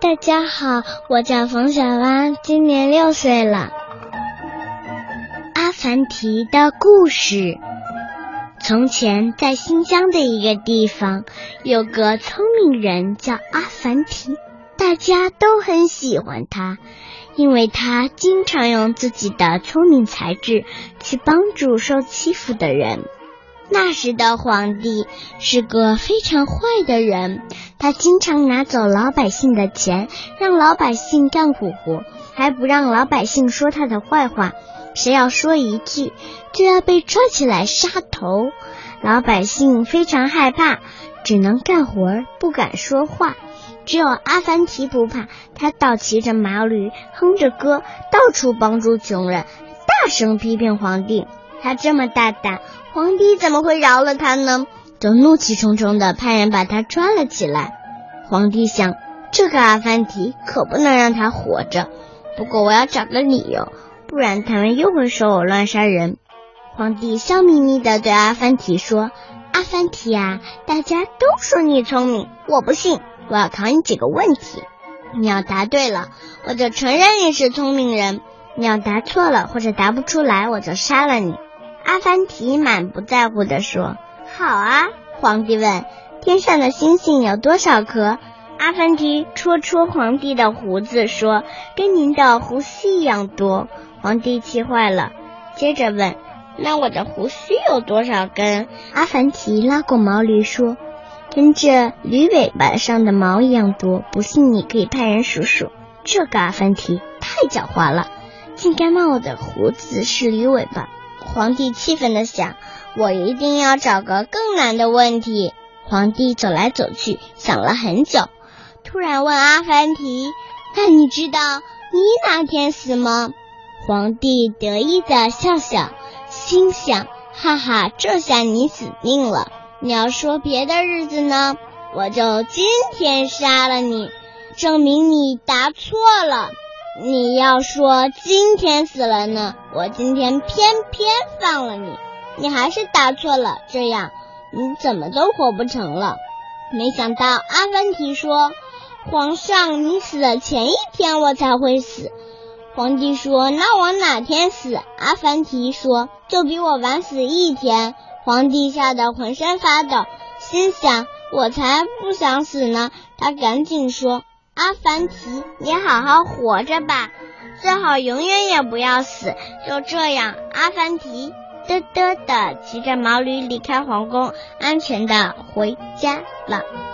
大家好，我叫冯小蛙，今年6岁了。阿凡提的故事。从前在新疆的一个地方，有个聪明人叫阿凡提，大家都很喜欢他，因为他经常用自己的聪明才智去帮助受欺负的人。那时的皇帝是个非常坏的人，他经常拿走老百姓的钱，让老百姓干苦活，还不让老百姓说他的坏话，谁要说一句就要被抓起来杀头。老百姓非常害怕，只能干活不敢说话。只有阿凡提不怕，他倒骑着马驴，哼着歌，到处帮助穷人，大声批评皇帝。他这么大胆，皇帝怎么会饶了他呢？就怒气冲冲地派人把他抓了起来。皇帝想，这个阿凡提可不能让他活着，不过我要找个理由，不然他们又会说我乱杀人。皇帝笑眯眯地对阿凡提说，阿凡提啊，大家都说你聪明，我不信，我要考你几个问题，你要答对了，我就承认你是聪明人，你要答错了或者答不出来，我就杀了你。阿凡提满不在乎地说，好啊。皇帝问，天上的星星有多少颗？阿凡提戳戳皇帝的胡子说，跟您的胡须一样多。皇帝气坏了，接着问，那我的胡须有多少根？阿凡提拉过毛驴说，跟这驴尾巴上的毛一样多，不信你可以派人数数。这个阿凡提太狡猾了，竟敢骂我的胡子是驴尾巴。皇帝气愤地想，我一定要找个更难的问题。皇帝走来走去，想了很久，突然问阿凡提，那你知道你哪天死吗？皇帝得意地笑笑，心想，哈哈，这下你死定了，你要说别的日子呢，我就今天杀了你，证明你答错了。你要说今天死了呢，我今天偏放了你，你还是答错了，这样你怎么都活不成了。没想到阿凡提说，皇上，你死的前一天我才会死。皇帝说，那我哪天死？阿凡提说，就比我晚死一天。皇帝吓得浑身发抖，心想，我才不想死呢。他赶紧说，阿凡提，你好好活着吧，最好永远也不要死。就这样，阿凡提嘚嘚的骑着毛驴离开皇宫，安全的回家了。